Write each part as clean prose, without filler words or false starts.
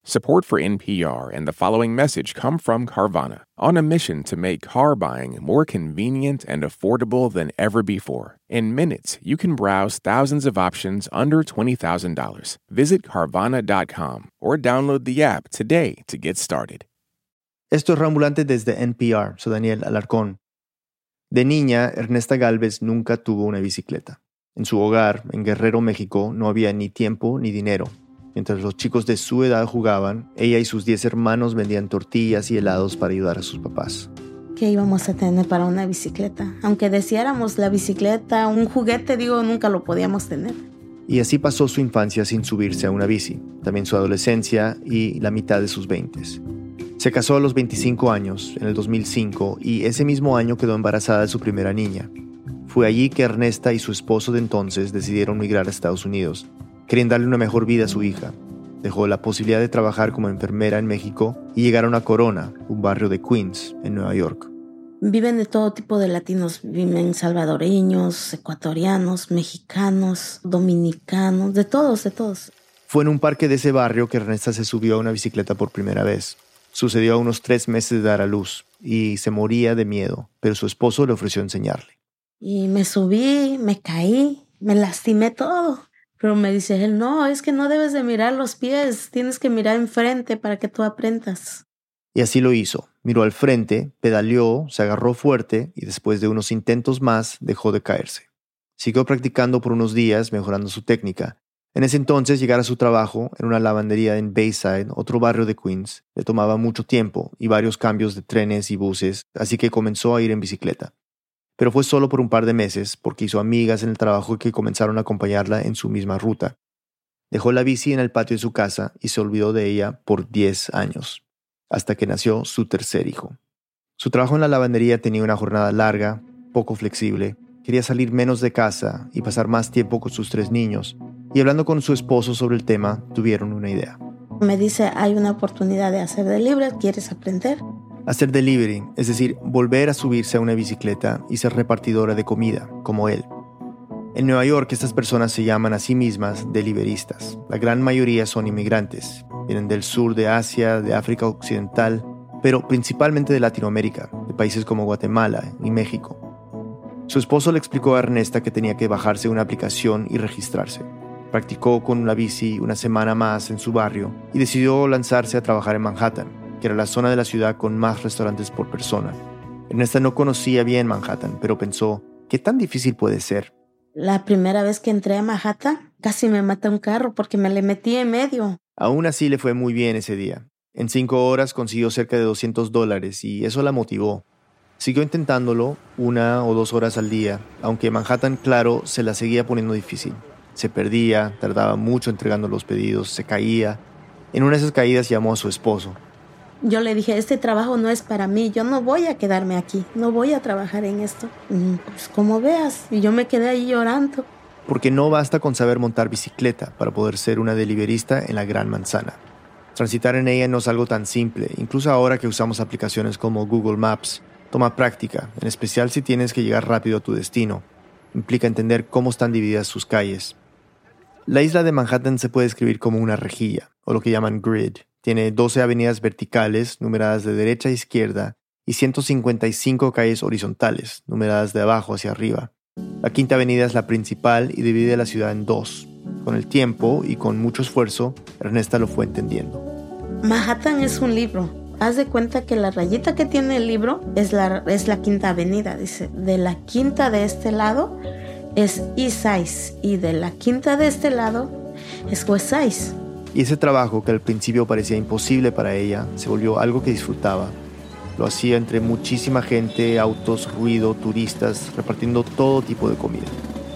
Support for NPR and the following message come from Carvana, on a mission to make car buying more convenient and affordable than ever before. In minutes, you can browse thousands of options under $20,000. Visit Carvana.com or download the app today to get started. Esto es Rambulante desde NPR. Soy Daniel Alarcón. De niña, Ernesta Galvez nunca tuvo una bicicleta. En su hogar, en Guerrero, México, no había ni tiempo ni dinero. Mientras los chicos de su edad jugaban, ella y sus 10 hermanos vendían tortillas y helados para ayudar a sus papás. ¿Qué íbamos a tener para una bicicleta? Aunque deseáramos la bicicleta, un juguete, nunca lo podíamos tener. Y así pasó su infancia sin subirse a una bici, también su adolescencia y la mitad de sus 20s. Se casó a los 25 años, en el 2005, y ese mismo año quedó embarazada de su primera niña. Fue allí que Ernesta y su esposo de entonces decidieron migrar a Estados Unidos. Querían darle una mejor vida a su hija. Dejó la posibilidad de trabajar como enfermera en México y llegaron a Corona, un barrio de Queens, en Nueva York. Viven de todo tipo de latinos. Viven salvadoreños, ecuatorianos, mexicanos, dominicanos, de todos. Fue en un parque de ese barrio que Ernesta se subió a una bicicleta por primera vez. Sucedió a unos 3 meses de dar a luz y se moría de miedo, pero su esposo le ofreció enseñarle. Y me subí, me caí, me lastimé todo. Pero me dice él, no, es que no debes de mirar los pies, tienes que mirar enfrente para que tú aprendas. Y así lo hizo. Miró al frente, pedaleó, se agarró fuerte y después de unos intentos más dejó de caerse. Siguió practicando por unos días, mejorando su técnica. En ese entonces, llegar a su trabajo en una lavandería en Bayside, otro barrio de Queens, le tomaba mucho tiempo y varios cambios de trenes y buses, así que comenzó a ir en bicicleta. Pero fue solo por un par de meses porque hizo amigas en el trabajo que comenzaron a acompañarla en su misma ruta. Dejó la bici en el patio de su casa y se olvidó de ella por 10 años, hasta que nació su tercer hijo. Su trabajo en la lavandería tenía una jornada larga, poco flexible, quería salir menos de casa y pasar más tiempo con sus 3 niños, y hablando con su esposo sobre el tema, tuvieron una idea. Me dice, hay una oportunidad de hacer delivery, ¿quieres aprender? Hacer delivery, es decir, volver a subirse a una bicicleta y ser repartidora de comida, como él. En Nueva York, estas personas se llaman a sí mismas deliveristas. La gran mayoría son inmigrantes. Vienen del sur de Asia, de África Occidental, pero principalmente de Latinoamérica, de países como Guatemala y México. Su esposo le explicó a Ernesta que tenía que bajarse una aplicación y registrarse. Practicó con la bici una semana más en su barrio y decidió lanzarse a trabajar en Manhattan, que era la zona de la ciudad con más restaurantes por persona. Ernesta no conocía bien Manhattan, pero pensó, ¿qué tan difícil puede ser? La primera vez que entré a Manhattan, casi me mata un carro porque me le metí en medio. Aún así le fue muy bien ese día. En 5 horas consiguió cerca de $200 y eso la motivó. Siguió intentándolo 1 o 2 horas al día, aunque Manhattan, claro, se la seguía poniendo difícil. Se perdía, tardaba mucho entregando los pedidos, se caía. En una de esas caídas llamó a su esposo. Yo le dije, este trabajo no es para mí, yo no voy a quedarme aquí, no voy a trabajar en esto. Pues como veas, y yo me quedé ahí llorando. Porque no basta con saber montar bicicleta para poder ser una deliverista en la Gran Manzana. Transitar en ella no es algo tan simple, incluso ahora que usamos aplicaciones como Google Maps. Toma práctica, en especial si tienes que llegar rápido a tu destino. Implica entender cómo están divididas sus calles. La isla de Manhattan se puede describir como una rejilla, o lo que llaman grid. Tiene 12 avenidas verticales, numeradas de derecha a izquierda, y 155 calles horizontales, numeradas de abajo hacia arriba. La quinta avenida es la principal y divide la ciudad en 2. Con el tiempo y con mucho esfuerzo, Ernesta lo fue entendiendo. Manhattan es un libro. Haz de cuenta que la rayita que tiene el libro es la quinta avenida. Dice, de la quinta de este lado es East Side y de la quinta de este lado es West Side. Y ese trabajo, que al principio parecía imposible para ella, se volvió algo que disfrutaba. Lo hacía entre muchísima gente, autos, ruido, turistas, repartiendo todo tipo de comida.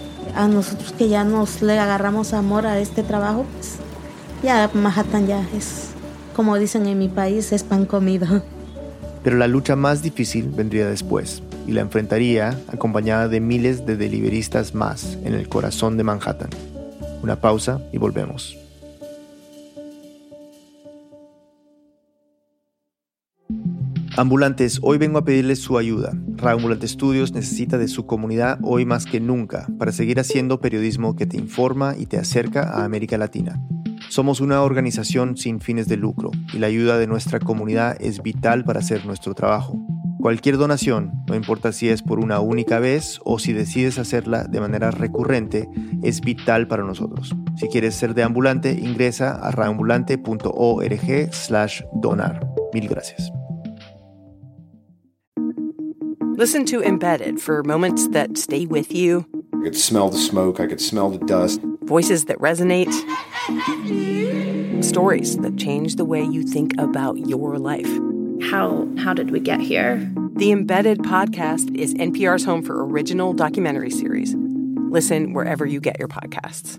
A nosotros que ya nos le agarramos amor a este trabajo, pues, ya Manhattan ya es, como dicen en mi país, es pan comido. Pero la lucha más difícil vendría después, y la enfrentaría acompañada de miles de deliveristas más en el corazón de Manhattan. Una pausa y volvemos. Ambulantes, hoy vengo a pedirles su ayuda. Ambulante Studios necesita de su comunidad hoy más que nunca para seguir haciendo periodismo que te informa y te acerca a América Latina. Somos una organización sin fines de lucro y la ayuda de nuestra comunidad es vital para hacer nuestro trabajo. Cualquier donación, no importa si es por una única vez o si decides hacerla de manera recurrente, es vital para nosotros. Si quieres ser de Ambulante, ingresa a radioambulante.org/donar. Mil gracias. Listen to Embedded for moments that stay with you. I could smell the smoke, I could smell the dust. Voices that resonate. Stories that change the way you think about your life. How did we get here? The Embedded podcast is NPR's home for original documentary series. Listen wherever you get your podcasts.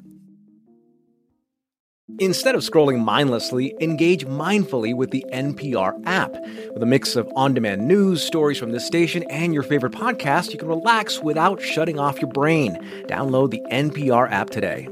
Instead of scrolling mindlessly, engage mindfully with the NPR app. With a mix of on-demand news, stories from this station, and your favorite podcast, you can relax without shutting off your brain. Download the NPR app today.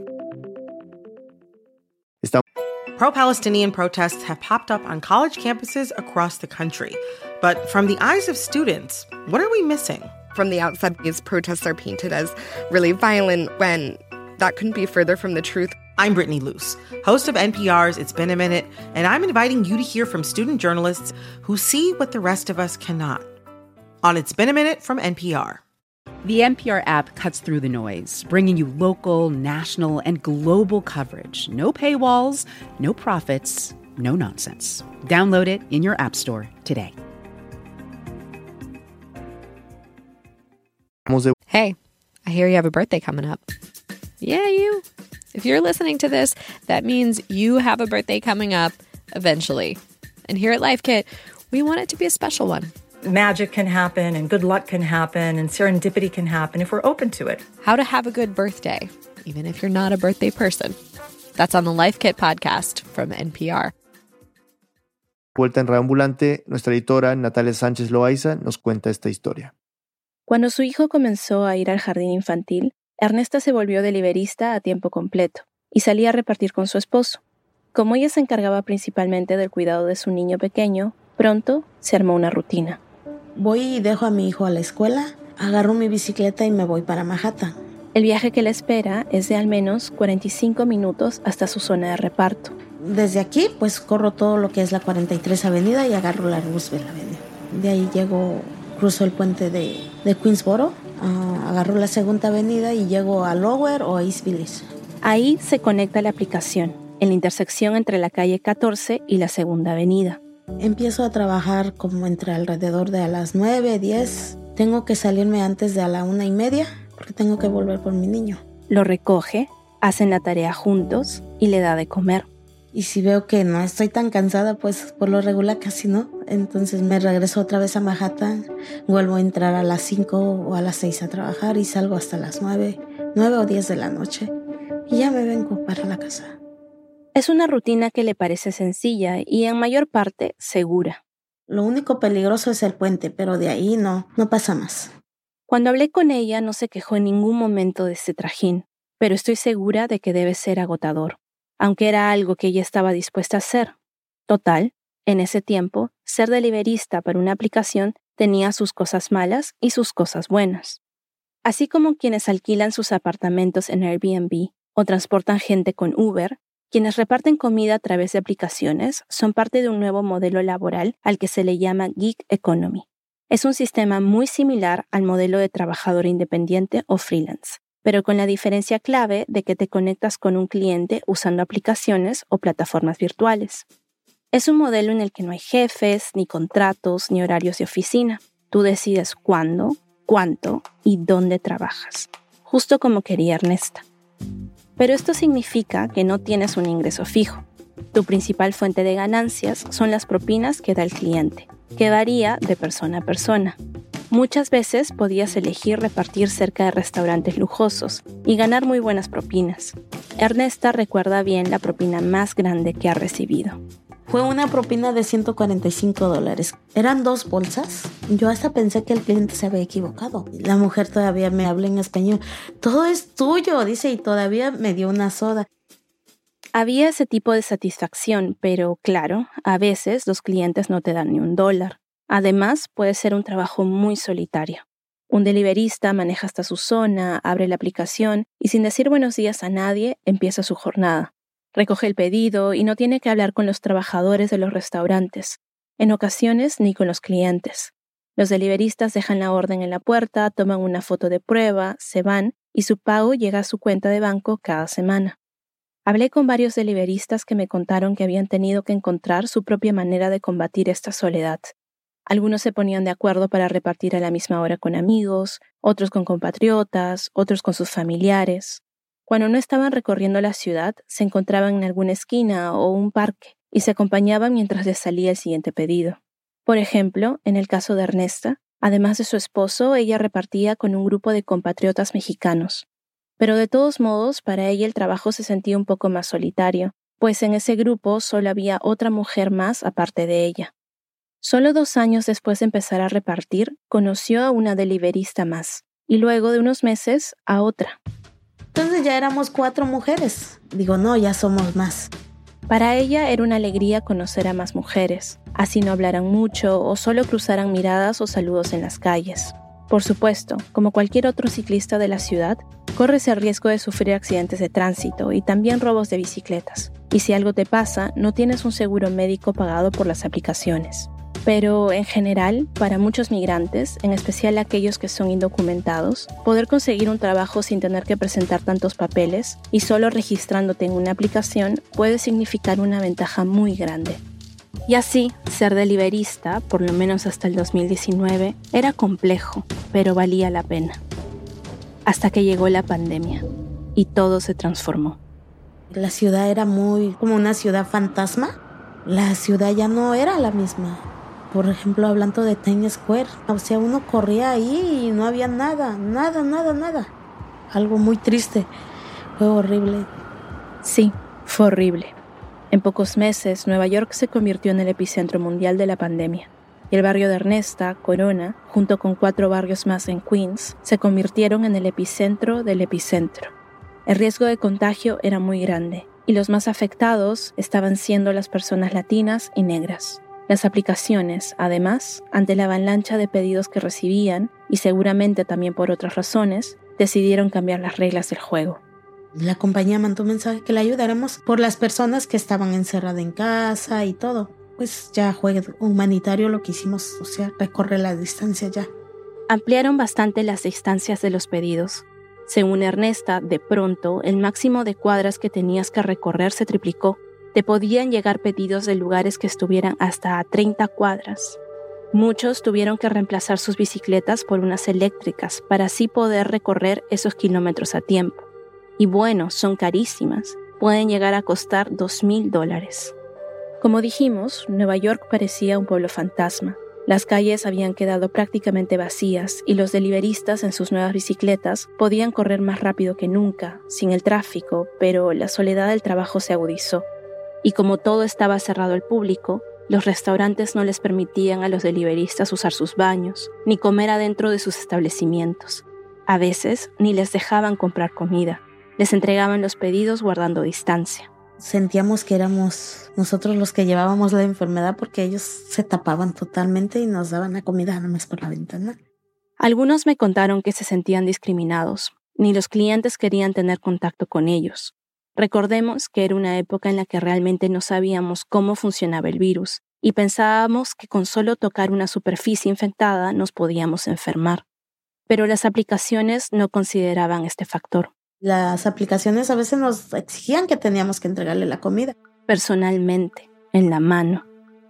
Pro-Palestinian protests have popped up on college campuses across the country. But from the eyes of students, what are we missing? From the outside, these protests are painted as really violent when that couldn't be further from the truth. I'm Brittany Luce, host of NPR's It's Been a Minute, and I'm inviting you to hear from student journalists who see what the rest of us cannot. On It's Been a Minute from NPR. The NPR app cuts through the noise, bringing you local, national, and global coverage. No paywalls, no profits, no nonsense. Download it in your app store today. Hey, I hear you have a birthday coming up. Yeah, you. If you're listening to this, that means you have a birthday coming up eventually. And here at Life Kit, we want it to be a special one. Magic can happen and good luck can happen and serendipity can happen if we're open to it. How to have a good birthday, even if you're not a birthday person. That's on the Life Kit podcast from NPR. Vuelta en Radio Ambulante, nuestra editora Natalia Sánchez Loaiza nos cuenta esta historia. Cuando su hijo comenzó a ir al jardín infantil, Ernesta se volvió deliverista a tiempo completo y salía a repartir con su esposo. Como ella se encargaba principalmente del cuidado de su niño pequeño, pronto se armó una rutina. Voy y dejo a mi hijo a la escuela, agarro mi bicicleta y me voy para Manhattan. El viaje que le espera es de al menos 45 minutos hasta su zona de reparto. Desde aquí, pues corro todo lo que es la 43 Avenida y agarro la Roosevelt Avenida. De ahí cruzo el puente de Queensboro, agarro la Segunda Avenida y llego a Lower o East Village. Ahí se conecta la aplicación, en la intersección entre la calle 14 y la Segunda Avenida. Empiezo a trabajar como entre alrededor de a las 9, 10. Tengo que salirme antes de a la 1:30 porque tengo que volver por mi niño. Lo recoge, hacen la tarea juntos y le da de comer. Y si veo que no estoy tan cansada, pues por lo regular casi no. Entonces me regreso otra vez a Manhattan, vuelvo a entrar a las 5 o a las 6 a trabajar y salgo hasta las 9 o 10 de la noche. Y ya me vengo para la casa. Es una rutina que le parece sencilla y en mayor parte segura. Lo único peligroso es el puente, pero de ahí no pasa más. Cuando hablé con ella no se quejó en ningún momento de este trajín, pero estoy segura de que debe ser agotador, aunque era algo que ella estaba dispuesta a hacer. Total, en ese tiempo, ser deliverista para una aplicación tenía sus cosas malas y sus cosas buenas. Así como quienes alquilan sus apartamentos en Airbnb o transportan gente con Uber, quienes reparten comida a través de aplicaciones son parte de un nuevo modelo laboral al que se le llama Gig Economy. Es un sistema muy similar al modelo de trabajador independiente o freelance, pero con la diferencia clave de que te conectas con un cliente usando aplicaciones o plataformas virtuales. Es un modelo en el que no hay jefes, ni contratos, ni horarios de oficina. Tú decides cuándo, cuánto y dónde trabajas, justo como quería Ernesta. Pero esto significa que no tienes un ingreso fijo. Tu principal fuente de ganancias son las propinas que da el cliente, que varía de persona a persona. Muchas veces podías elegir repartir cerca de restaurantes lujosos y ganar muy buenas propinas. Ernesta recuerda bien la propina más grande que ha recibido. Fue una propina de $145. Eran 2 bolsas. Yo hasta pensé que el cliente se había equivocado. La mujer todavía me habla en español. Todo es tuyo, dice, y todavía me dio una soda. Había ese tipo de satisfacción, pero claro, a veces los clientes no te dan ni $1. Además, puede ser un trabajo muy solitario. Un deliverista maneja hasta su zona, abre la aplicación y sin decir buenos días a nadie, empieza su jornada. Recoge el pedido y no tiene que hablar con los trabajadores de los restaurantes, en ocasiones ni con los clientes. Los deliveristas dejan la orden en la puerta, toman una foto de prueba, se van y su pago llega a su cuenta de banco cada semana. Hablé con varios deliveristas que me contaron que habían tenido que encontrar su propia manera de combatir esta soledad. Algunos se ponían de acuerdo para repartir a la misma hora con amigos, otros con compatriotas, otros con sus familiares. Cuando no estaban recorriendo la ciudad, se encontraban en alguna esquina o un parque y se acompañaban mientras les salía el siguiente pedido. Por ejemplo, en el caso de Ernesta, además de su esposo, ella repartía con un grupo de compatriotas mexicanos. Pero de todos modos, para ella el trabajo se sentía un poco más solitario, pues en ese grupo solo había otra mujer más aparte de ella. Solo 2 años después de empezar a repartir, conoció a una deliverista más, y luego de unos meses a otra. Entonces ya éramos 4 mujeres. Digo, no, ya somos más. Para ella era una alegría conocer a más mujeres, así no hablaran mucho o solo cruzaran miradas o saludos en las calles. Por supuesto, como cualquier otro ciclista de la ciudad, corres el riesgo de sufrir accidentes de tránsito y también robos de bicicletas. Y si algo te pasa, no tienes un seguro médico pagado por las aplicaciones. Pero, en general, para muchos migrantes, en especial aquellos que son indocumentados, poder conseguir un trabajo sin tener que presentar tantos papeles y solo registrándote en una aplicación puede significar una ventaja muy grande. Y así, ser deliverista, por lo menos hasta el 2019, era complejo, pero valía la pena. Hasta que llegó la pandemia y todo se transformó. La ciudad era muy como una ciudad fantasma. La ciudad ya no era la misma. Por ejemplo, hablando de Times Square, o sea, uno corría ahí y no había nada. Algo muy triste. Fue horrible. Sí, fue horrible. En pocos meses, Nueva York se convirtió en el epicentro mundial de la pandemia. Y el barrio de Ernesta, Corona, junto con 4 barrios más en Queens, se convirtieron en el epicentro del epicentro. El riesgo de contagio era muy grande, y los más afectados estaban siendo las personas latinas y negras. Las aplicaciones, además, ante la avalancha de pedidos que recibían, y seguramente también por otras razones, decidieron cambiar las reglas del juego. La compañía mandó un mensaje que le ayudáramos por las personas que estaban encerradas en casa y todo. Pues ya fue humanitario lo que hicimos, o sea, recorrer la distancia ya. Ampliaron bastante las distancias de los pedidos. Según Ernesta, de pronto, el máximo de cuadras que tenías que recorrer se triplicó. Te podían llegar pedidos de lugares que estuvieran hasta a 30 cuadras. Muchos tuvieron que reemplazar sus bicicletas por unas eléctricas para así poder recorrer esos kilómetros a tiempo. Y bueno, son carísimas. Pueden llegar a costar $2,000. Como dijimos, Nueva York parecía un pueblo fantasma. Las calles habían quedado prácticamente vacías y los deliveristas en sus nuevas bicicletas podían correr más rápido que nunca, sin el tráfico, pero la soledad del trabajo se agudizó. Y como todo estaba cerrado al público, los restaurantes no les permitían a los deliveristas usar sus baños, ni comer adentro de sus establecimientos. A veces ni les dejaban comprar comida. Les entregaban los pedidos guardando distancia. Sentíamos que éramos nosotros los que llevábamos la enfermedad porque ellos se tapaban totalmente y nos daban la comida nada más por la ventana. Algunos me contaron que se sentían discriminados. Ni los clientes querían tener contacto con ellos. Recordemos que era una época en la que realmente no sabíamos cómo funcionaba el virus y pensábamos que con solo tocar una superficie infectada nos podíamos enfermar. Pero las aplicaciones no consideraban este factor. Las aplicaciones a veces nos exigían que teníamos que entregarle la comida. Personalmente, en la mano.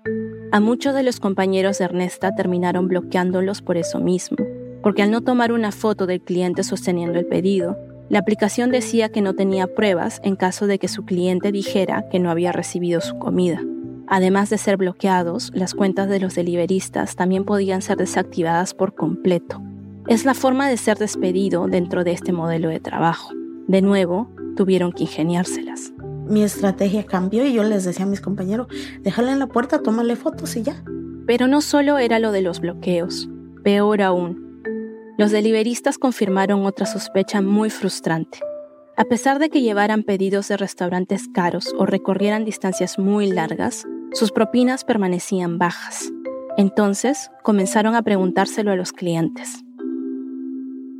A muchos de los compañeros de Ernesta terminaron bloqueándolos por eso mismo, porque al no tomar una foto del cliente sosteniendo el pedido, la aplicación decía que no tenía pruebas en caso de que su cliente dijera que no había recibido su comida. Además de ser bloqueados, las cuentas de los deliveristas también podían ser desactivadas por completo. Es la forma de ser despedido dentro de este modelo de trabajo. De nuevo, tuvieron que ingeniárselas. Mi estrategia cambió y yo les decía a mis compañeros, déjala en la puerta, tómale fotos y ya. Pero no solo era lo de los bloqueos, peor aún. Los deliveristas confirmaron otra sospecha muy frustrante. A pesar de que llevaran pedidos de restaurantes caros o recorrieran distancias muy largas, sus propinas permanecían bajas. Entonces, comenzaron a preguntárselo a los clientes.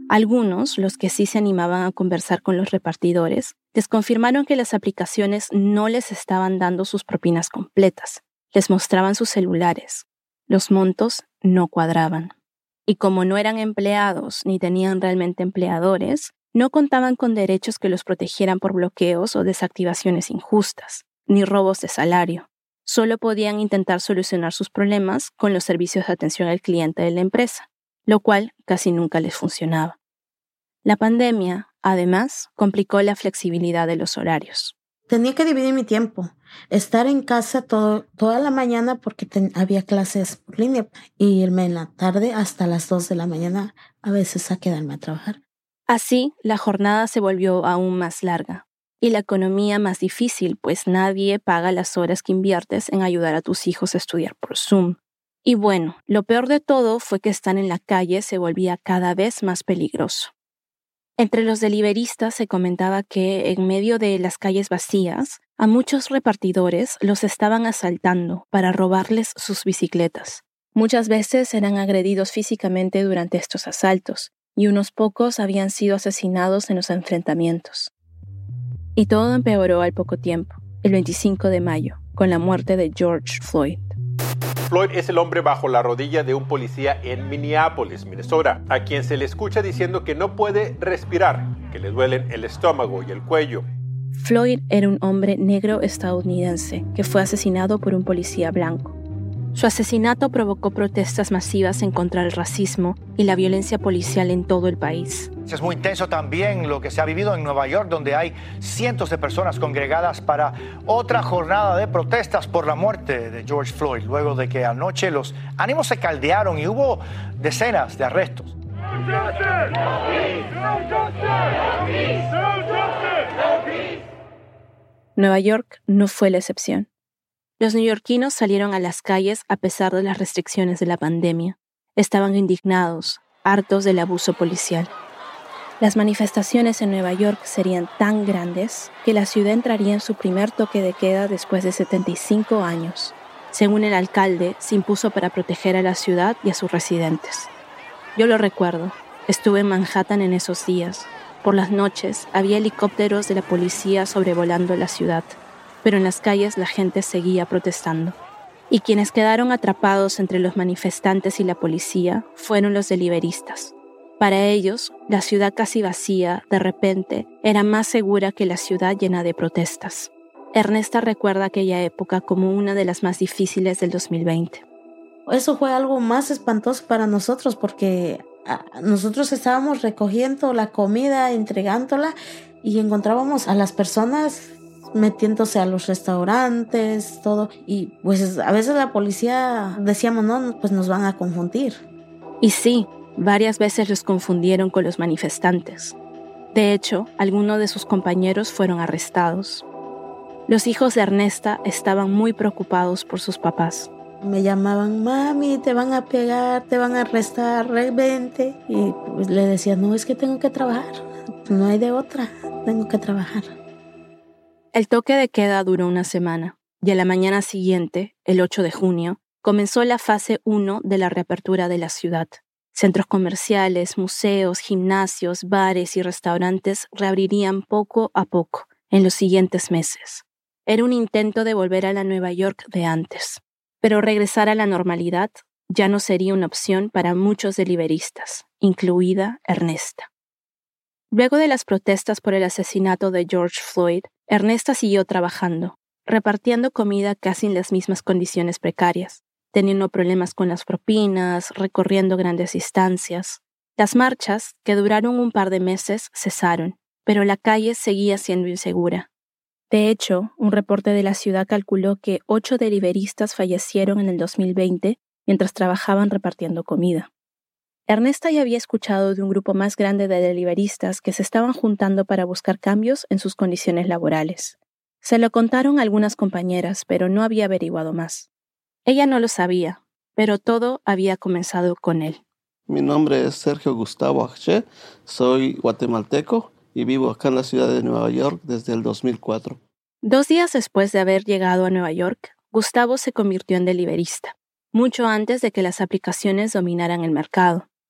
Algunos, los que sí se animaban a conversar con los repartidores, les confirmaron que las aplicaciones no les estaban dando sus propinas completas. Les mostraban sus celulares. Los montos no cuadraban. Y como no eran empleados ni tenían realmente empleadores, no contaban con derechos que los protegieran por bloqueos o desactivaciones injustas, ni robos de salario. Solo podían intentar solucionar sus problemas con los servicios de atención al cliente de la empresa, lo cual casi nunca les funcionaba. La pandemia, además, complicó la flexibilidad de los horarios. Tenía que dividir mi tiempo, estar en casa toda la mañana porque había clases por línea y irme en la tarde hasta las 2 de la mañana, a veces a quedarme a trabajar. Así, la jornada se volvió aún más larga y la economía más difícil, pues nadie paga las horas que inviertes en ayudar a tus hijos a estudiar por Zoom. Y bueno, lo peor de todo fue que estar en la calle se volvía cada vez más peligroso. Entre los deliveristas se comentaba que, en medio de las calles vacías, a muchos repartidores los estaban asaltando para robarles sus bicicletas. Muchas veces eran agredidos físicamente durante estos asaltos, y unos pocos habían sido asesinados en los enfrentamientos. Y todo empeoró al poco tiempo, el 25 de mayo, con la muerte de George Floyd. Floyd es el hombre bajo la rodilla de un policía en Minneapolis, Minnesota, a quien se le escucha diciendo que no puede respirar, que le duelen el estómago y el cuello. Floyd era un hombre negro estadounidense que fue asesinado por un policía blanco. Su asesinato provocó protestas masivas en contra del racismo y la violencia policial en todo el país. Es muy intenso también lo que se ha vivido en Nueva York, donde hay cientos de personas congregadas para otra jornada de protestas por la muerte de George Floyd, luego de que anoche los ánimos se caldearon y hubo decenas de arrestos. Nueva York no fue la excepción. Los neoyorquinos salieron a las calles a pesar de las restricciones de la pandemia. Estaban indignados, hartos del abuso policial. Las manifestaciones en Nueva York serían tan grandes que la ciudad entraría en su primer toque de queda después de 75 años. Según el alcalde, se impuso para proteger a la ciudad y a sus residentes. Yo lo recuerdo. Estuve en Manhattan en esos días. Por las noches había helicópteros de la policía sobrevolando la ciudad, pero en las calles la gente seguía protestando. Y quienes quedaron atrapados entre los manifestantes y la policía fueron los deliveristas. Para ellos, la ciudad casi vacía, de repente, era más segura que la ciudad llena de protestas. Ernesta recuerda aquella época como una de las más difíciles del 2020. Eso fue algo más espantoso para nosotros porque nosotros estábamos recogiendo la comida, entregándola y encontrábamos a las personas metiéndose a los restaurantes, todo. Y pues a veces la policía decíamos, no, pues nos van a confundir. Y sí, varias veces los confundieron con los manifestantes. De hecho, algunos de sus compañeros fueron arrestados. Los hijos de Ernesta estaban muy preocupados por sus papás. Me llamaban, mami, te van a pegar, te van a arrestar, vente. Y pues le decía, no, es que tengo que trabajar, no hay de otra, tengo que trabajar. El toque de queda duró una semana y a la mañana siguiente, el 8 de junio, comenzó la fase 1 de la reapertura de la ciudad. Centros comerciales, museos, gimnasios, bares y restaurantes reabrirían poco a poco en los siguientes meses. Era un intento de volver a la Nueva York de antes. Pero regresar a la normalidad ya no sería una opción para muchos deliveristas, incluida Ernesta. Luego de las protestas por el asesinato de George Floyd, Ernesta siguió trabajando, repartiendo comida casi en las mismas condiciones precarias, teniendo problemas con las propinas, recorriendo grandes distancias. Las marchas, que duraron un par de meses, cesaron, pero la calle seguía siendo insegura. De hecho, un reporte de la ciudad calculó que 8 deliveristas fallecieron en el 2020 mientras trabajaban repartiendo comida. Ernesta ya había escuchado de un grupo más grande de deliveristas que se estaban juntando para buscar cambios en sus condiciones laborales. Se lo contaron a algunas compañeras, pero no había averiguado más. Ella no lo sabía, pero todo había comenzado con él. Mi nombre es Sergio Gustavo Aché, soy guatemalteco y vivo acá en la ciudad de Nueva York desde el 2004. 2 días después de haber llegado a Nueva York, Gustavo se convirtió en deliverista, mucho antes de que las aplicaciones dominaran el mercado.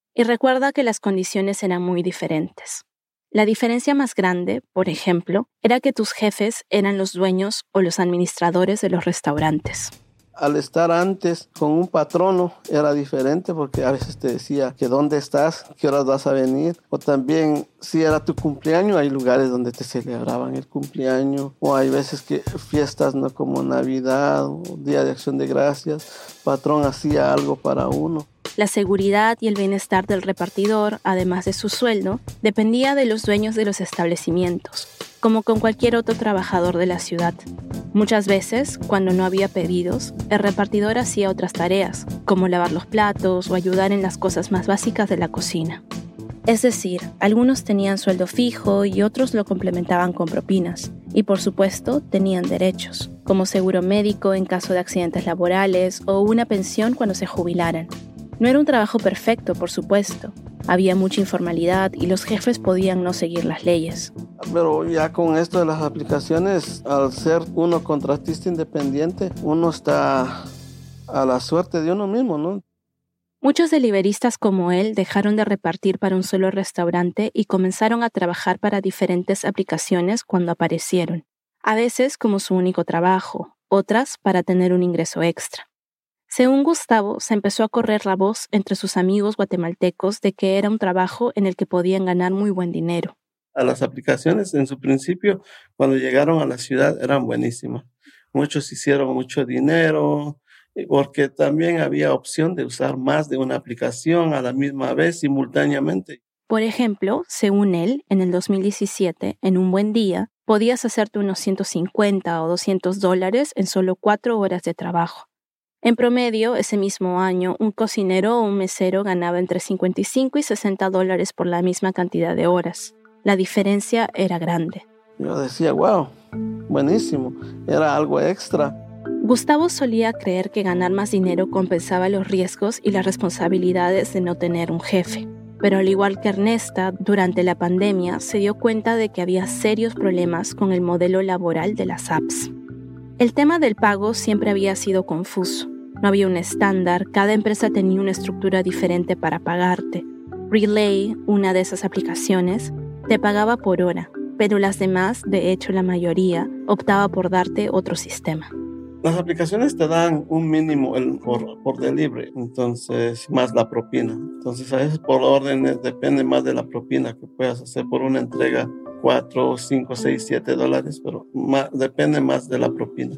y recuerda que las condiciones eran muy diferentes. La diferencia más grande, por ejemplo, era que tus jefes eran los dueños o los administradores de los restaurantes. Al estar antes con un patrono era diferente porque a veces te decía que dónde estás, qué horas vas a venir. O también si era tu cumpleaños, hay lugares donde te celebraban el cumpleaños. O hay veces que fiestas, ¿no?, como Navidad o Día de Acción de Gracias, patrón hacía algo para uno. La seguridad y el bienestar del repartidor, además de su sueldo, dependía de los dueños de los establecimientos, como con cualquier otro trabajador de la ciudad. Muchas veces, cuando no había pedidos, el repartidor hacía otras tareas, como lavar los platos o ayudar en las cosas más básicas de la cocina. Es decir, algunos tenían sueldo fijo y otros lo complementaban con propinas. Y por supuesto, tenían derechos, como seguro médico en caso de accidentes laborales o una pensión cuando se jubilaran. No era un trabajo perfecto, por supuesto. Había mucha informalidad y los jefes podían no seguir las leyes. Pero ya con esto de las aplicaciones, al ser uno contratista independiente, uno está a la suerte de uno mismo, ¿no? Muchos deliveristas como él dejaron de repartir para un solo restaurante y comenzaron a trabajar para diferentes aplicaciones cuando aparecieron. A veces como su único trabajo, otras para tener un ingreso extra. Según Gustavo, se empezó a correr la voz entre sus amigos guatemaltecos de que era un trabajo en el que podían ganar muy buen dinero. A las aplicaciones, en su principio, cuando llegaron a la ciudad, eran buenísimas. Muchos hicieron mucho dinero, porque también había opción de usar más de una aplicación a la misma vez, simultáneamente. Por ejemplo, según él, en el 2017, en un buen día, podías hacerte unos $150 o $200 en solo 4 horas de trabajo. En promedio, ese mismo año, un cocinero o un mesero ganaba entre $55 y $60 por la misma cantidad de horas. La diferencia era grande. Yo decía, wow, buenísimo, era algo extra. Gustavo solía creer que ganar más dinero compensaba los riesgos y las responsabilidades de no tener un jefe. Pero al igual que Ernesta, durante la pandemia se dio cuenta de que había serios problemas con el modelo laboral de las apps. El tema del pago siempre había sido confuso. No había un estándar, cada empresa tenía una estructura diferente para pagarte. Relay, una de esas aplicaciones, te pagaba por hora, pero las demás, de hecho la mayoría, optaba por darte otro sistema. Las aplicaciones te dan un mínimo por delivery, entonces más la propina. Entonces a veces por órdenes depende más de la propina que puedas hacer por una entrega. $4, $5, $6, $7, pero depende más de la propina.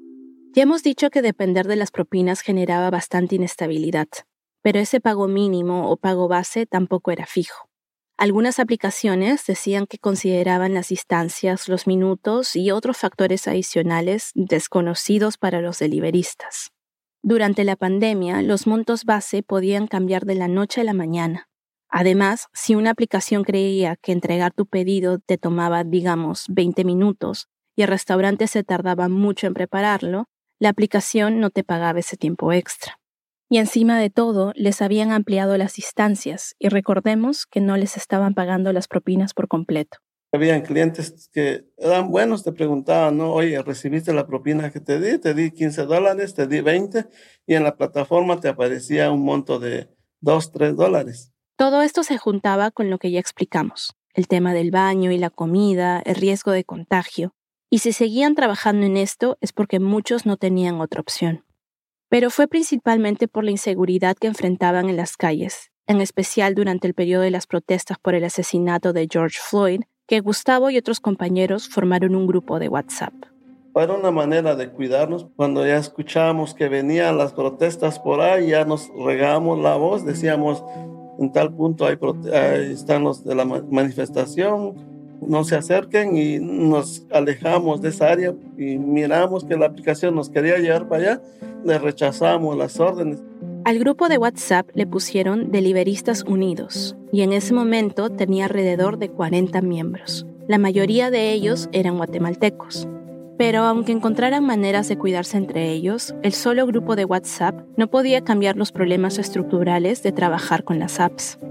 Ya hemos dicho que depender de las propinas generaba bastante inestabilidad, pero ese pago mínimo o pago base tampoco era fijo. Algunas aplicaciones decían que consideraban las distancias, los minutos y otros factores adicionales desconocidos para los deliveristas. Durante la pandemia, los montos base podían cambiar de la noche a la mañana. Además, si una aplicación creía que entregar tu pedido te tomaba, digamos, 20 minutos y el restaurante se tardaba mucho en prepararlo, la aplicación no te pagaba ese tiempo extra. Y encima de todo, les habían ampliado las distancias y recordemos que no les estaban pagando las propinas por completo. Habían clientes que eran buenos, te preguntaban, ¿no? Oye, ¿recibiste la propina que te di? Te di $15, te di 20 y en la plataforma te aparecía un monto de $2, $3. Todo esto se juntaba con lo que ya explicamos, el tema del baño y la comida, el riesgo de contagio. Y si seguían trabajando en esto es porque muchos no tenían otra opción. Pero fue principalmente por la inseguridad que enfrentaban en las calles, en especial durante el periodo de las protestas por el asesinato de George Floyd, que Gustavo y otros compañeros formaron un grupo de WhatsApp. Era una manera de cuidarnos. Cuando ya escuchábamos que venían las protestas por ahí, ya nos regábamos la voz, decíamos, en tal punto ahí están los de la manifestación, no se acerquen, y nos alejamos de esa área y miramos que la aplicación nos quería llevar para allá, le rechazamos las órdenes. Al grupo de WhatsApp le pusieron Deliveristas Unidos y en ese momento tenía alrededor de 40 miembros. La mayoría de ellos eran guatemaltecos. Pero aunque encontraran maneras de cuidarse entre ellos, el solo grupo de WhatsApp no podía cambiar los problemas estructurales de trabajar con las apps.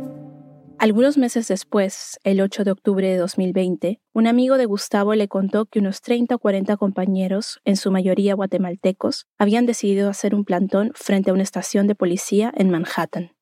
Algunos meses después, el 8 de octubre de 2020, un amigo de Gustavo le contó que unos 30 o 40 compañeros, en su mayoría guatemaltecos, habían decidido hacer un plantón frente a una estación de policía en Manhattan.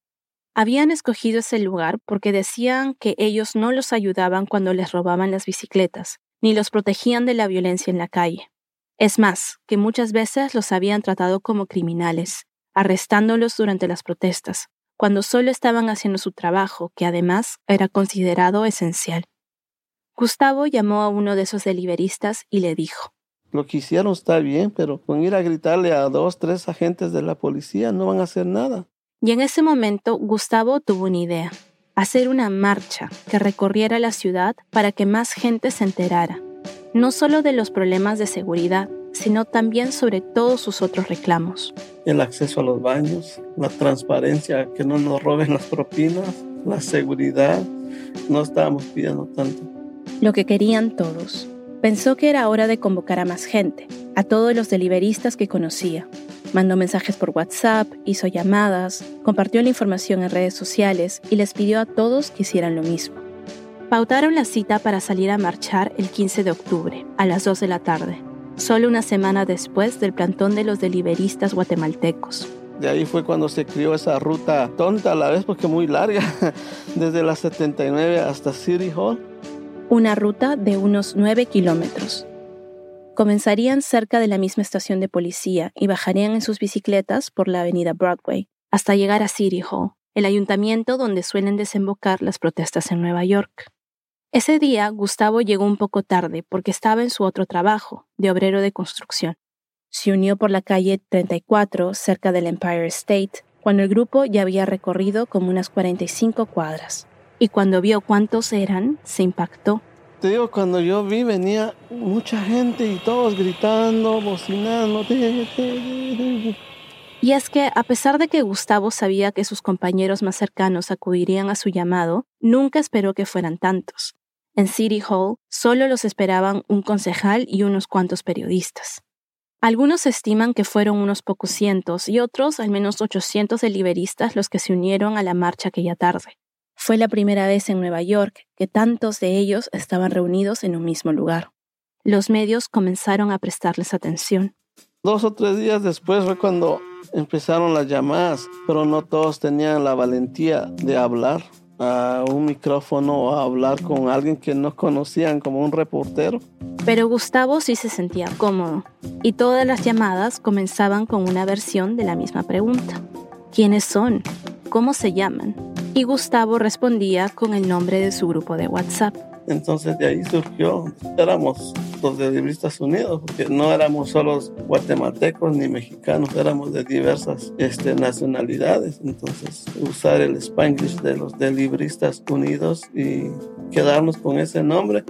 Habían escogido ese lugar porque decían que ellos no los ayudaban cuando les robaban las bicicletas, ni los protegían de la violencia en la calle. Es más, que muchas veces los habían tratado como criminales, arrestándolos durante las protestas, cuando solo estaban haciendo su trabajo, que además era considerado esencial. Gustavo llamó a uno de esos deliveristas y le dijo: Lo que hicieron está bien, pero con ir a gritarle a 2, 3 agentes de la policía no van a hacer nada. Y en ese momento Gustavo tuvo una idea: hacer una marcha que recorriera la ciudad para que más gente se enterara, no solo de los problemas de seguridad, sino también sobre todos sus otros reclamos. El acceso a los baños, la transparencia, que no nos roben las propinas, la seguridad. No estábamos pidiendo tanto. Lo que querían todos. Pensó que era hora de convocar a más gente, a todos los deliveristas que conocía. Mandó mensajes por WhatsApp, hizo llamadas, compartió la información en redes sociales y les pidió a todos que hicieran lo mismo. Pautaron la cita para salir a marchar el 15 de octubre, a las 2 de la tarde, solo una semana después del plantón de los deliveristas guatemaltecos. De ahí fue cuando se creó esa ruta tonta a la vez, porque muy larga, desde la 79 hasta City Hall. Una ruta de unos 9 kilómetros. Comenzarían cerca de la misma estación de policía y bajarían en sus bicicletas por la avenida Broadway hasta llegar a City Hall, el ayuntamiento donde suelen desembocar las protestas en Nueva York. Ese día, Gustavo llegó un poco tarde porque estaba en su otro trabajo, de obrero de construcción. Se unió por la calle 34, cerca del Empire State, cuando el grupo ya había recorrido como unas 45 cuadras. Y cuando vio cuántos eran, se impactó. Te digo, cuando yo vi, venía mucha gente y todos gritando, bocinando. Y es que, a pesar de que Gustavo sabía que sus compañeros más cercanos acudirían a su llamado, nunca esperó que fueran tantos. En City Hall solo los esperaban un concejal y unos cuantos periodistas. Algunos estiman que fueron unos pocos cientos y otros al menos 800 deliveristas los que se unieron a la marcha aquella tarde. Fue la primera vez en Nueva York que tantos de ellos estaban reunidos en un mismo lugar. Los medios comenzaron a prestarles atención. 2 o 3 días después fue cuando empezaron las llamadas, pero no todos tenían la valentía de hablar a un micrófono o a hablar con alguien que no conocían, como un reportero. Pero Gustavo sí se sentía cómodo, y todas las llamadas comenzaban con una versión de la misma pregunta. ¿Quiénes son? ¿Cómo se llaman? Y Gustavo respondía con el nombre de su grupo de WhatsApp. Entonces de ahí surgió, éramos los deliveristas unidos, porque no éramos solo guatemaltecos ni mexicanos, éramos de diversas nacionalidades. Entonces usar el Spanglish de los deliveristas unidos y quedarnos con ese nombre.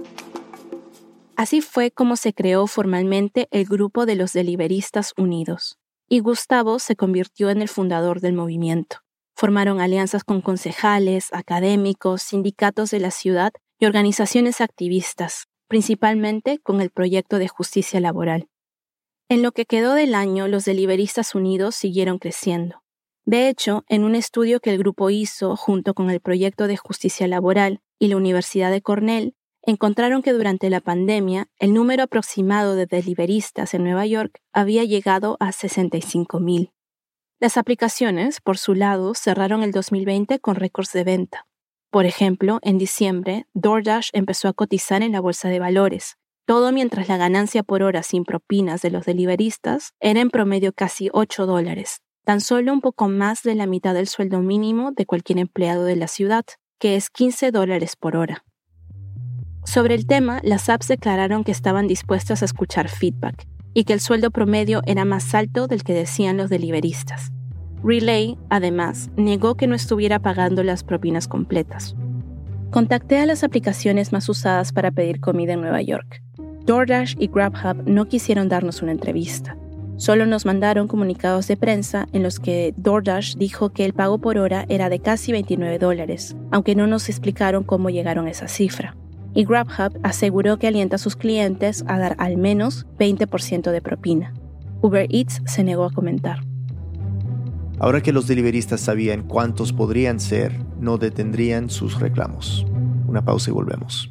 Así fue como se creó formalmente el grupo de los Deliveristas Unidos, y Gustavo se convirtió en el fundador del movimiento. Formaron alianzas con concejales, académicos, sindicatos de la ciudad y organizaciones activistas, principalmente con el proyecto de justicia laboral. En lo que quedó del año, los Deliveristas Unidos siguieron creciendo. De hecho, en un estudio que el grupo hizo junto con el proyecto de justicia laboral y la Universidad de Cornell, encontraron que durante la pandemia el número aproximado de deliveristas en Nueva York había llegado a 65,000. Las aplicaciones, por su lado, cerraron el 2020 con récords de venta. Por ejemplo, en diciembre, DoorDash empezó a cotizar en la bolsa de valores, todo mientras la ganancia por hora sin propinas de los deliveristas era en promedio casi $8, tan solo un poco más de la mitad del sueldo mínimo de cualquier empleado de la ciudad, que es $15 por hora. Sobre el tema, las apps declararon que estaban dispuestas a escuchar feedback y que el sueldo promedio era más alto del que decían los deliveristas. Relay, además, negó que no estuviera pagando las propinas completas. Contacté a las aplicaciones más usadas para pedir comida en Nueva York. DoorDash y Grubhub no quisieron darnos una entrevista. Solo nos mandaron comunicados de prensa en los que DoorDash dijo que el pago por hora era de casi $29, aunque no nos explicaron cómo llegaron a esa cifra. Y Grubhub aseguró que alienta a sus clientes a dar al menos 20% de propina. Uber Eats se negó a comentar. Ahora que los deliveristas sabían cuántos podrían ser, no detendrían sus reclamos. Una pausa y volvemos.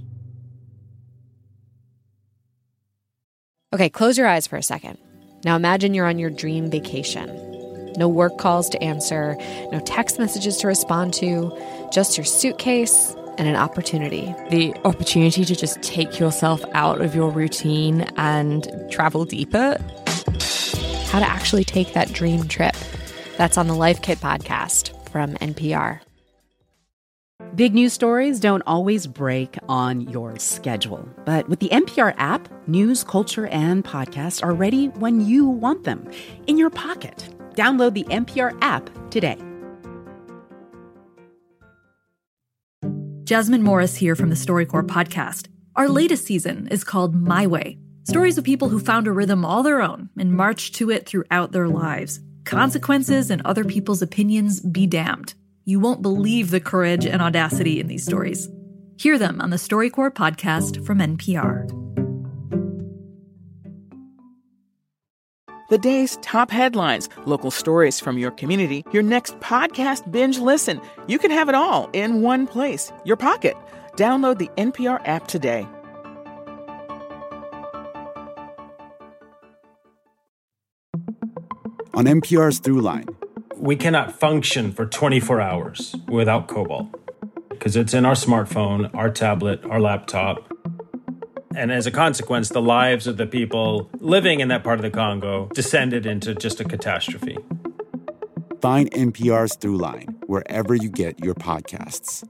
Okay, close your eyes for a second. Now imagine you're on your dream vacation. No work calls to answer, no text messages to respond to, just your suitcase and an opportunity. The opportunity to just take yourself out of your routine and travel deeper. How to actually take that dream trip. That's on the Life Kit podcast from NPR. Big news stories don't always break on your schedule. But with the NPR app, news, culture, and podcasts are ready when you want them, in your pocket. Download the NPR app today. Jasmine Morris here from the StoryCorps podcast. Our latest season is called My Way. Stories of people who found a rhythm all their own and marched to it throughout their lives. Consequences and other people's opinions be damned. You won't believe the courage and audacity in these stories. Hear them on the StoryCorps podcast from NPR. The day's top headlines, local stories from your community, your next podcast binge listen. You can have it all in one place, your pocket. Download the NPR app today. On NPR's Throughline. We cannot function for 24 hours without cobalt because it's in our smartphone, our tablet, our laptop. And as a consequence, the lives of the people living in that part of the Congo descended into just a catastrophe. Find NPR's Throughline wherever you get your podcasts.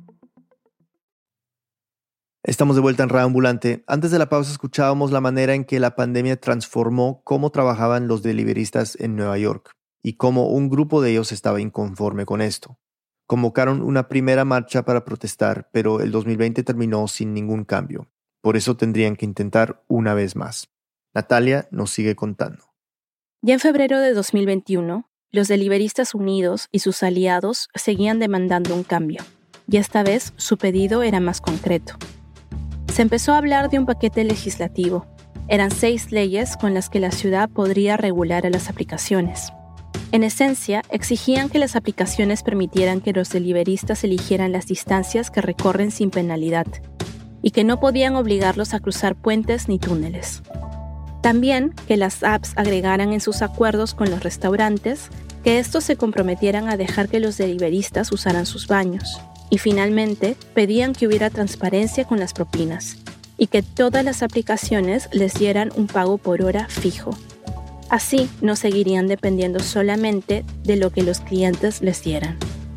Estamos de vuelta en Radio Ambulante. Antes de la pausa escuchábamos la manera en que la pandemia transformó cómo trabajaban los deliveristas en Nueva York y cómo un grupo de ellos estaba inconforme con esto. Convocaron una primera marcha para protestar, pero el 2020 terminó sin ningún cambio. Por eso tendrían que intentar una vez más. Natalia nos sigue contando. Ya en febrero de 2021, los Deliveristas Unidos y sus aliados seguían demandando un cambio. Y esta vez su pedido era más concreto. Se empezó a hablar de un paquete legislativo. Eran 6 leyes con las que la ciudad podría regular a las aplicaciones. En esencia, exigían que las aplicaciones permitieran que los deliveristas eligieran las distancias que recorren sin penalidad y que no podían obligarlos a cruzar puentes ni túneles. También que las apps agregaran en sus acuerdos con los restaurantes que estos se comprometieran a dejar que los deliveristas usaran sus baños. Y finalmente, pedían que hubiera transparencia con las propinas y que todas las aplicaciones les dieran un pago por hora fijo. Así no seguirían dependiendo solamente de lo que los clientes les dieran.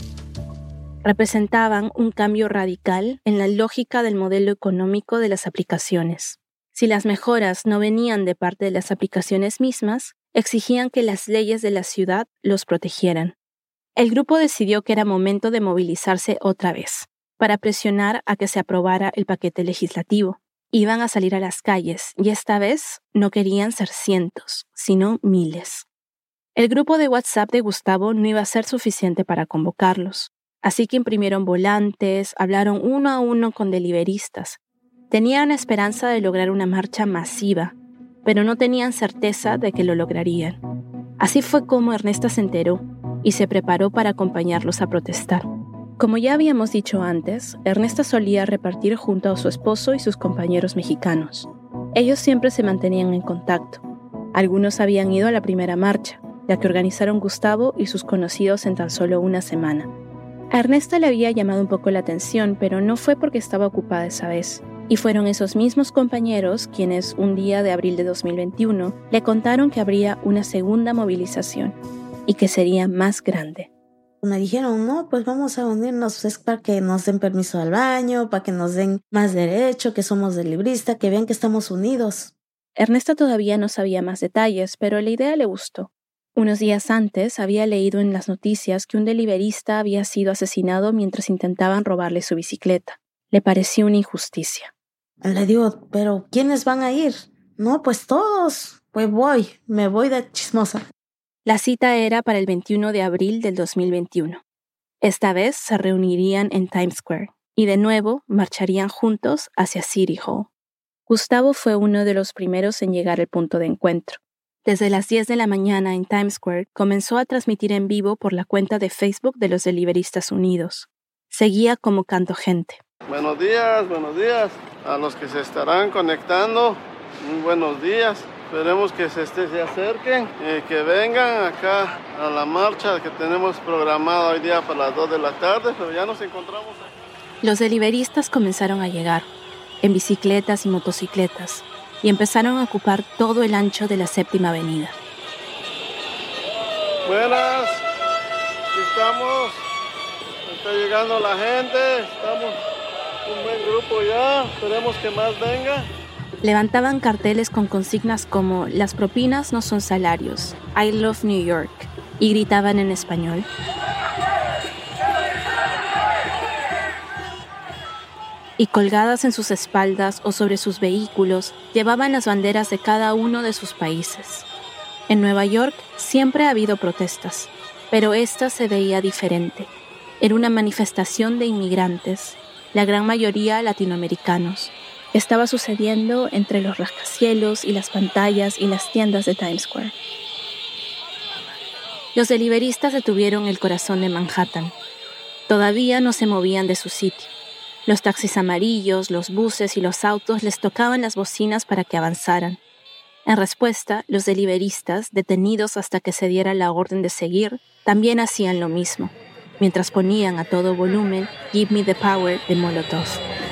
Representaban un cambio radical en la lógica del modelo económico de las aplicaciones. Si las mejoras no venían de parte de las aplicaciones mismas, exigían que las leyes de la ciudad los protegieran. El grupo decidió que era momento de movilizarse otra vez, para presionar a que se aprobara el paquete legislativo. Iban a salir a las calles y esta vez no querían ser cientos, sino miles. El grupo de WhatsApp de Gustavo no iba a ser suficiente para convocarlos, así que imprimieron volantes, hablaron uno a uno con deliveristas. Tenían esperanza de lograr una marcha masiva, pero no tenían certeza de que lo lograrían. Así fue como Ernesta se enteró y se preparó para acompañarlos a protestar. Como ya habíamos dicho antes, Ernesta solía repartir junto a su esposo y sus compañeros mexicanos. Ellos siempre se mantenían en contacto. Algunos habían ido a la primera marcha, la que organizaron Gustavo y sus conocidos en tan solo una semana. A Ernesta le había llamado un poco la atención, pero no fue porque estaba ocupada esa vez. Y fueron esos mismos compañeros quienes, un día de abril de 2021, le contaron que habría una segunda movilización y que sería más grande. Me dijeron, no, pues vamos a unirnos, es para que nos den permiso al baño, para que nos den más derecho, que somos delibristas, que vean que estamos unidos. Ernesta todavía no sabía más detalles, pero la idea le gustó. Unos días antes había leído en las noticias que un deliberista había sido asesinado mientras intentaban robarle su bicicleta. Le pareció una injusticia. Le digo, ¿pero quiénes van a ir? No, pues todos. Pues me voy de chismosa. La cita era para el 21 de abril del 2021. Esta vez se reunirían en Times Square y de nuevo marcharían juntos hacia City Hall. Gustavo fue uno de los primeros en llegar al punto de encuentro. Desde las 10 de la mañana en Times Square comenzó a transmitir en vivo por la cuenta de Facebook de los Deliveristas Unidos. Seguía convocando gente. Buenos días a los que se estarán conectando. Muy buenos días. Esperemos que se acerquen, que vengan acá a la marcha que tenemos programada hoy día para las 2 de la tarde, pero ya nos encontramos aquí. Los deliveristas comenzaron a llegar, en bicicletas y motocicletas, y empezaron a ocupar todo el ancho de la Séptima Avenida. Buenas, aquí estamos, está llegando la gente, estamos un buen grupo ya, esperemos que más venga. Levantaban carteles con consignas como «Las propinas no son salarios», «I love New York», y gritaban en español. Y colgadas en sus espaldas o sobre sus vehículos, llevaban las banderas de cada uno de sus países. En Nueva York siempre ha habido protestas, pero esta se veía diferente. Era una manifestación de inmigrantes, la gran mayoría latinoamericanos. Estaba sucediendo entre los rascacielos y las pantallas y las tiendas de Times Square. Los deliveristas detuvieron el corazón de Manhattan. Todavía no se movían de su sitio. Los taxis amarillos, los buses y los autos les tocaban las bocinas para que avanzaran. En respuesta, los deliveristas, detenidos hasta que se diera la orden de seguir, también hacían lo mismo, mientras ponían a todo volumen Give Me the Power de Molotov.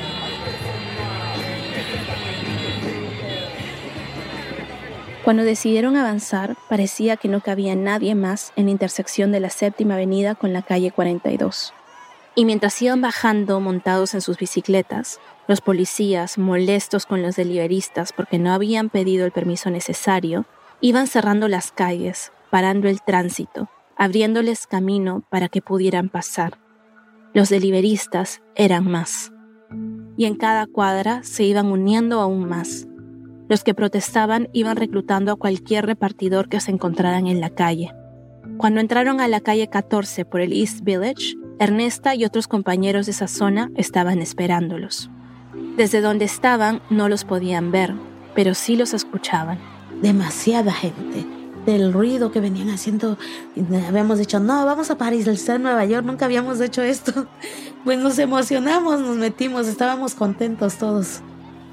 Cuando decidieron avanzar, parecía que no cabía nadie más en la intersección de la Séptima Avenida con la calle 42. Y mientras iban bajando montados en sus bicicletas, los policías, molestos con los deliveristas porque no habían pedido el permiso necesario, iban cerrando las calles, parando el tránsito, abriéndoles camino para que pudieran pasar. Los deliveristas eran más. Y en cada cuadra se iban uniendo aún más. Los que protestaban iban reclutando a cualquier repartidor que se encontraran en la calle. Cuando entraron a la calle 14 por el East Village, Ernesta y otros compañeros de esa zona estaban esperándolos. Desde donde estaban no los podían ver, pero sí los escuchaban. Demasiada gente. Del ruido que venían haciendo, habíamos dicho, no, vamos a parecer Nueva York, nunca habíamos hecho esto. Pues nos emocionamos, nos metimos, estábamos contentos todos.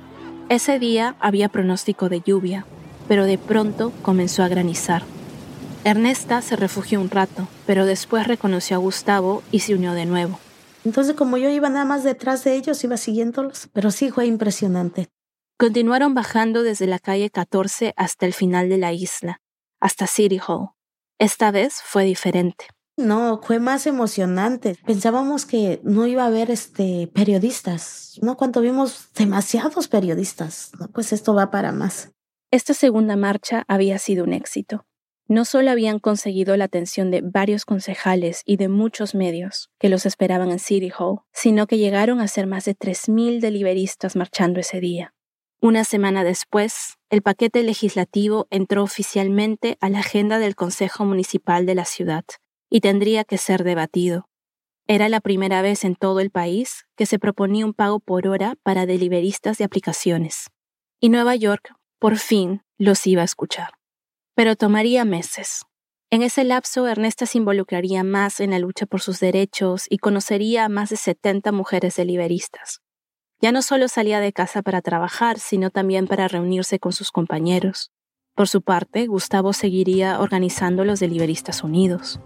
Ese día había pronóstico de lluvia, pero de pronto comenzó a granizar. Ernesta se refugió un rato, pero después reconoció a Gustavo y se unió de nuevo. Entonces, como yo iba nada más detrás de ellos, iba siguiéndolos, pero sí fue impresionante. Continuaron bajando desde la calle 14 hasta el final de la isla, hasta City Hall. Esta vez fue diferente. No, fue más emocionante. Pensábamos que no iba a haber periodistas. No, cuando vimos demasiados periodistas. No, pues esto va para más. Esta segunda marcha había sido un éxito. No solo habían conseguido la atención de varios concejales y de muchos medios que los esperaban en City Hall, sino que llegaron a ser más de 3,000 deliveristas marchando ese día. Una semana después, el paquete legislativo entró oficialmente a la agenda del Consejo Municipal de la ciudad y tendría que ser debatido. Era la primera vez en todo el país que se proponía un pago por hora para deliveristas de aplicaciones. Y Nueva York, por fin, los iba a escuchar. Pero tomaría meses. En ese lapso, Ernesta se involucraría más en la lucha por sus derechos y conocería a más de 70 mujeres deliveristas. Ya no solo salía de casa para trabajar, sino también para reunirse con sus compañeros. Por su parte, Gustavo seguiría organizando los Deliveristas Unidos.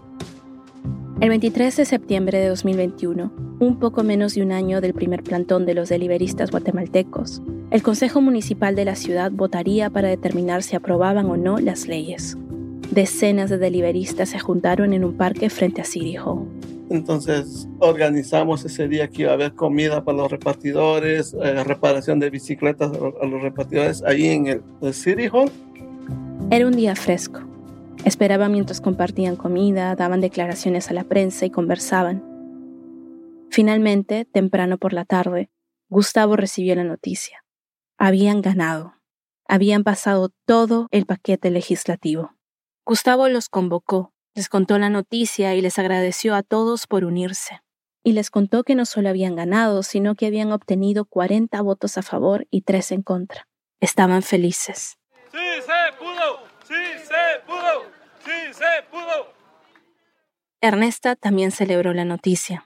El 23 de septiembre de 2021, un poco menos de un año del primer plantón de los deliveristas guatemaltecos, el Consejo Municipal de la ciudad votaría para determinar si aprobaban o no las leyes. Decenas de deliveristas se juntaron en un parque frente a City Hall. Entonces organizamos ese día que iba a haber comida para los repartidores, reparación de bicicletas a los repartidores ahí en el City Hall. Era un día fresco. Esperaban mientras compartían comida, daban declaraciones a la prensa y conversaban. Finalmente, temprano por la tarde, Gustavo recibió la noticia. Habían ganado. Habían pasado todo el paquete legislativo. Gustavo los convocó, les contó la noticia y les agradeció a todos por unirse. Y les contó que no solo habían ganado, sino que habían obtenido 40 votos a favor y 3 en contra. Estaban felices. ¡Sí se pudo! ¡Sí se pudo! ¡Sí se pudo! Ernesta también celebró la noticia.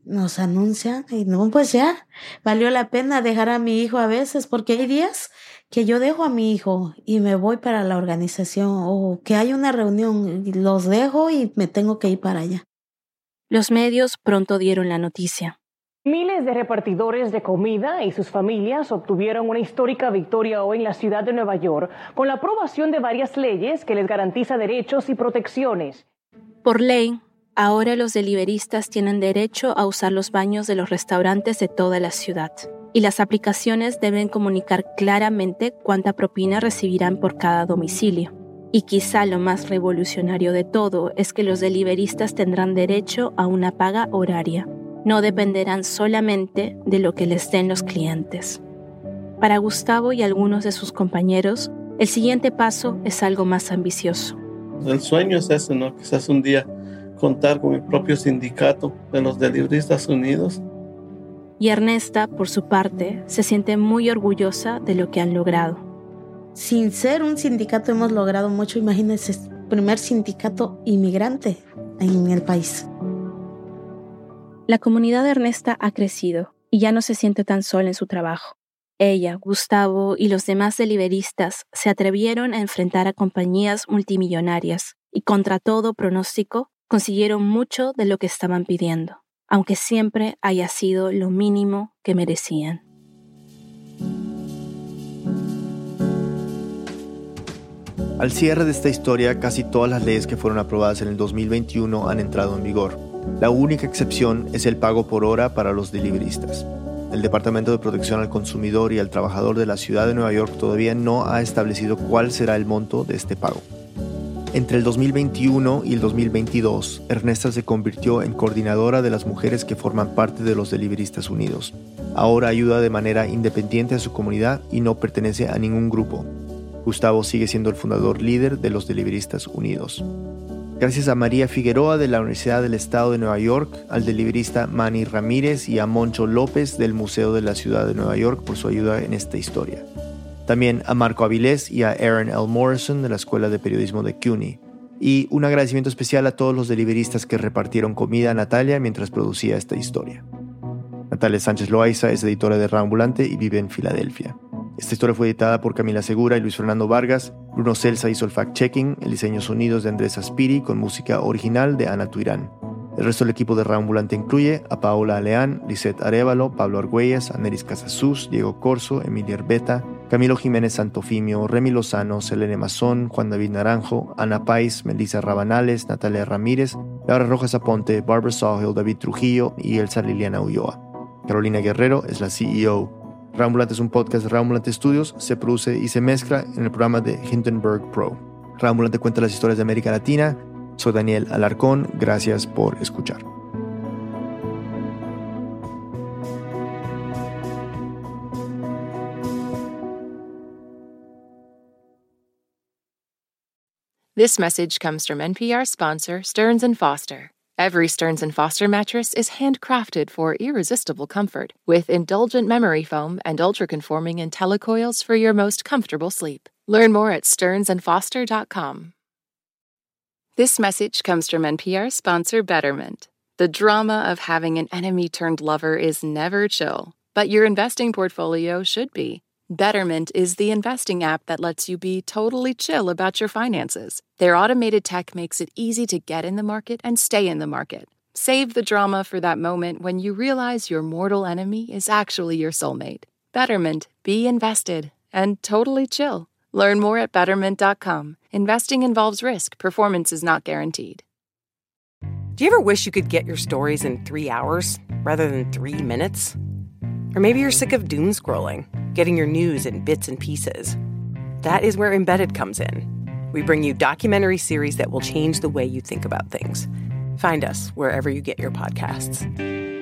nos anuncian y no, pues ya, valió la pena dejar a mi hijo a veces, porque hay días que yo dejo a mi hijo y me voy para la organización, o que hay una reunión y los dejo y me tengo que ir para allá. Los medios pronto dieron la noticia. Miles de repartidores de comida y sus familias obtuvieron una histórica victoria hoy en la ciudad de Nueva York con la aprobación de varias leyes que les garantiza derechos y protecciones. Por ley, ahora los deliveristas tienen derecho a usar los baños de los restaurantes de toda la ciudad, y las aplicaciones deben comunicar claramente cuánta propina recibirán por cada domicilio. Y quizá lo más revolucionario de todo es que los deliveristas tendrán derecho a una paga horaria. No dependerán solamente de lo que les den los clientes. Para Gustavo y algunos de sus compañeros, el siguiente paso es algo más ambicioso. El sueño es ese, ¿no? Quizás un día contar con el propio sindicato de los Deliveristas Unidos. Y Ernesta, por su parte, se siente muy orgullosa de lo que han logrado. Sin ser un sindicato hemos logrado mucho. Imagínense, primer sindicato inmigrante en el país. La comunidad de Ernesta ha crecido y ya no se siente tan sola en su trabajo. Ella, Gustavo y los demás deliveristas se atrevieron a enfrentar a compañías multimillonarias y contra todo pronóstico consiguieron mucho de lo que estaban pidiendo, aunque siempre haya sido lo mínimo que merecían. Al cierre de esta historia, casi todas las leyes que fueron aprobadas en el 2021 han entrado en vigor. La única excepción es el pago por hora para los deliveristas. El Departamento de Protección al Consumidor y al Trabajador de la Ciudad de Nueva York todavía no ha establecido cuál será el monto de este pago. Entre el 2021 y el 2022, Ernesta se convirtió en coordinadora de las mujeres que forman parte de los Deliveristas Unidos. Ahora ayuda de manera independiente a su comunidad y no pertenece a ningún grupo. Gustavo sigue siendo el fundador líder de los Deliveristas Unidos. Gracias a María Figueroa de la Universidad del Estado de Nueva York, al deliverista Manny Ramírez y a Moncho López del Museo de la Ciudad de Nueva York por su ayuda en esta historia. También a Marco Avilés y a Aaron L. Morrison de la Escuela de Periodismo de CUNY. Y un agradecimiento especial a todos los deliveristas que repartieron comida a Natalia mientras producía esta historia. Natalia Sánchez Loaiza es editora de Rambulante y vive en Filadelfia. Esta historia fue editada por Camila Segura y Luis Fernando Vargas. Bruno Celsa hizo el fact-checking, el diseño sonidos de Andrés Aspiri con música original de Ana Tuirán. El resto del equipo de Rambulante incluye a Paola Aleán, Lisette Arévalo, Pablo Argüelles, Aneris Casasus, Diego Corso, Emilia Herbeta, Camilo Jiménez Santofimio, Remy Lozano, Selene Mazón, Juan David Naranjo, Ana Pais, Melissa Rabanales, Natalia Ramírez, Laura Rojas Aponte, Barbara Sawhill, David Trujillo y Elsa Liliana Ulloa. Carolina Guerrero es la CEO. Rambulante es un podcast de Rambulante Studios, se produce y se mezcla en el programa de Hindenburg Pro. Rambulante cuenta las historias de América Latina. Soy Daniel Alarcón, gracias por escuchar. This message comes from NPR sponsor Stearns & Foster. Every Stearns & Foster mattress is handcrafted for irresistible comfort with indulgent memory foam and ultra-conforming IntelliCoils for your most comfortable sleep. Learn more at stearnsandfoster.com. This message comes from NPR sponsor Betterment. The drama of having an enemy-turned-lover is never chill, but your investing portfolio should be. Betterment is the investing app that lets you be totally chill about your finances. Their automated tech makes it easy to get in the market and stay in the market. Save the drama for that moment when you realize your mortal enemy is actually your soulmate. Betterment, be invested and totally chill. Learn more at Betterment.com. Investing involves risk. Performance is not guaranteed. Do you ever wish you could get your stories in 3 hours rather than 3 minutes? Or maybe you're sick of doom scrolling, getting your news in bits and pieces. That is where Embedded comes in. We bring you documentary series that will change the way you think about things. Find us wherever you get your podcasts.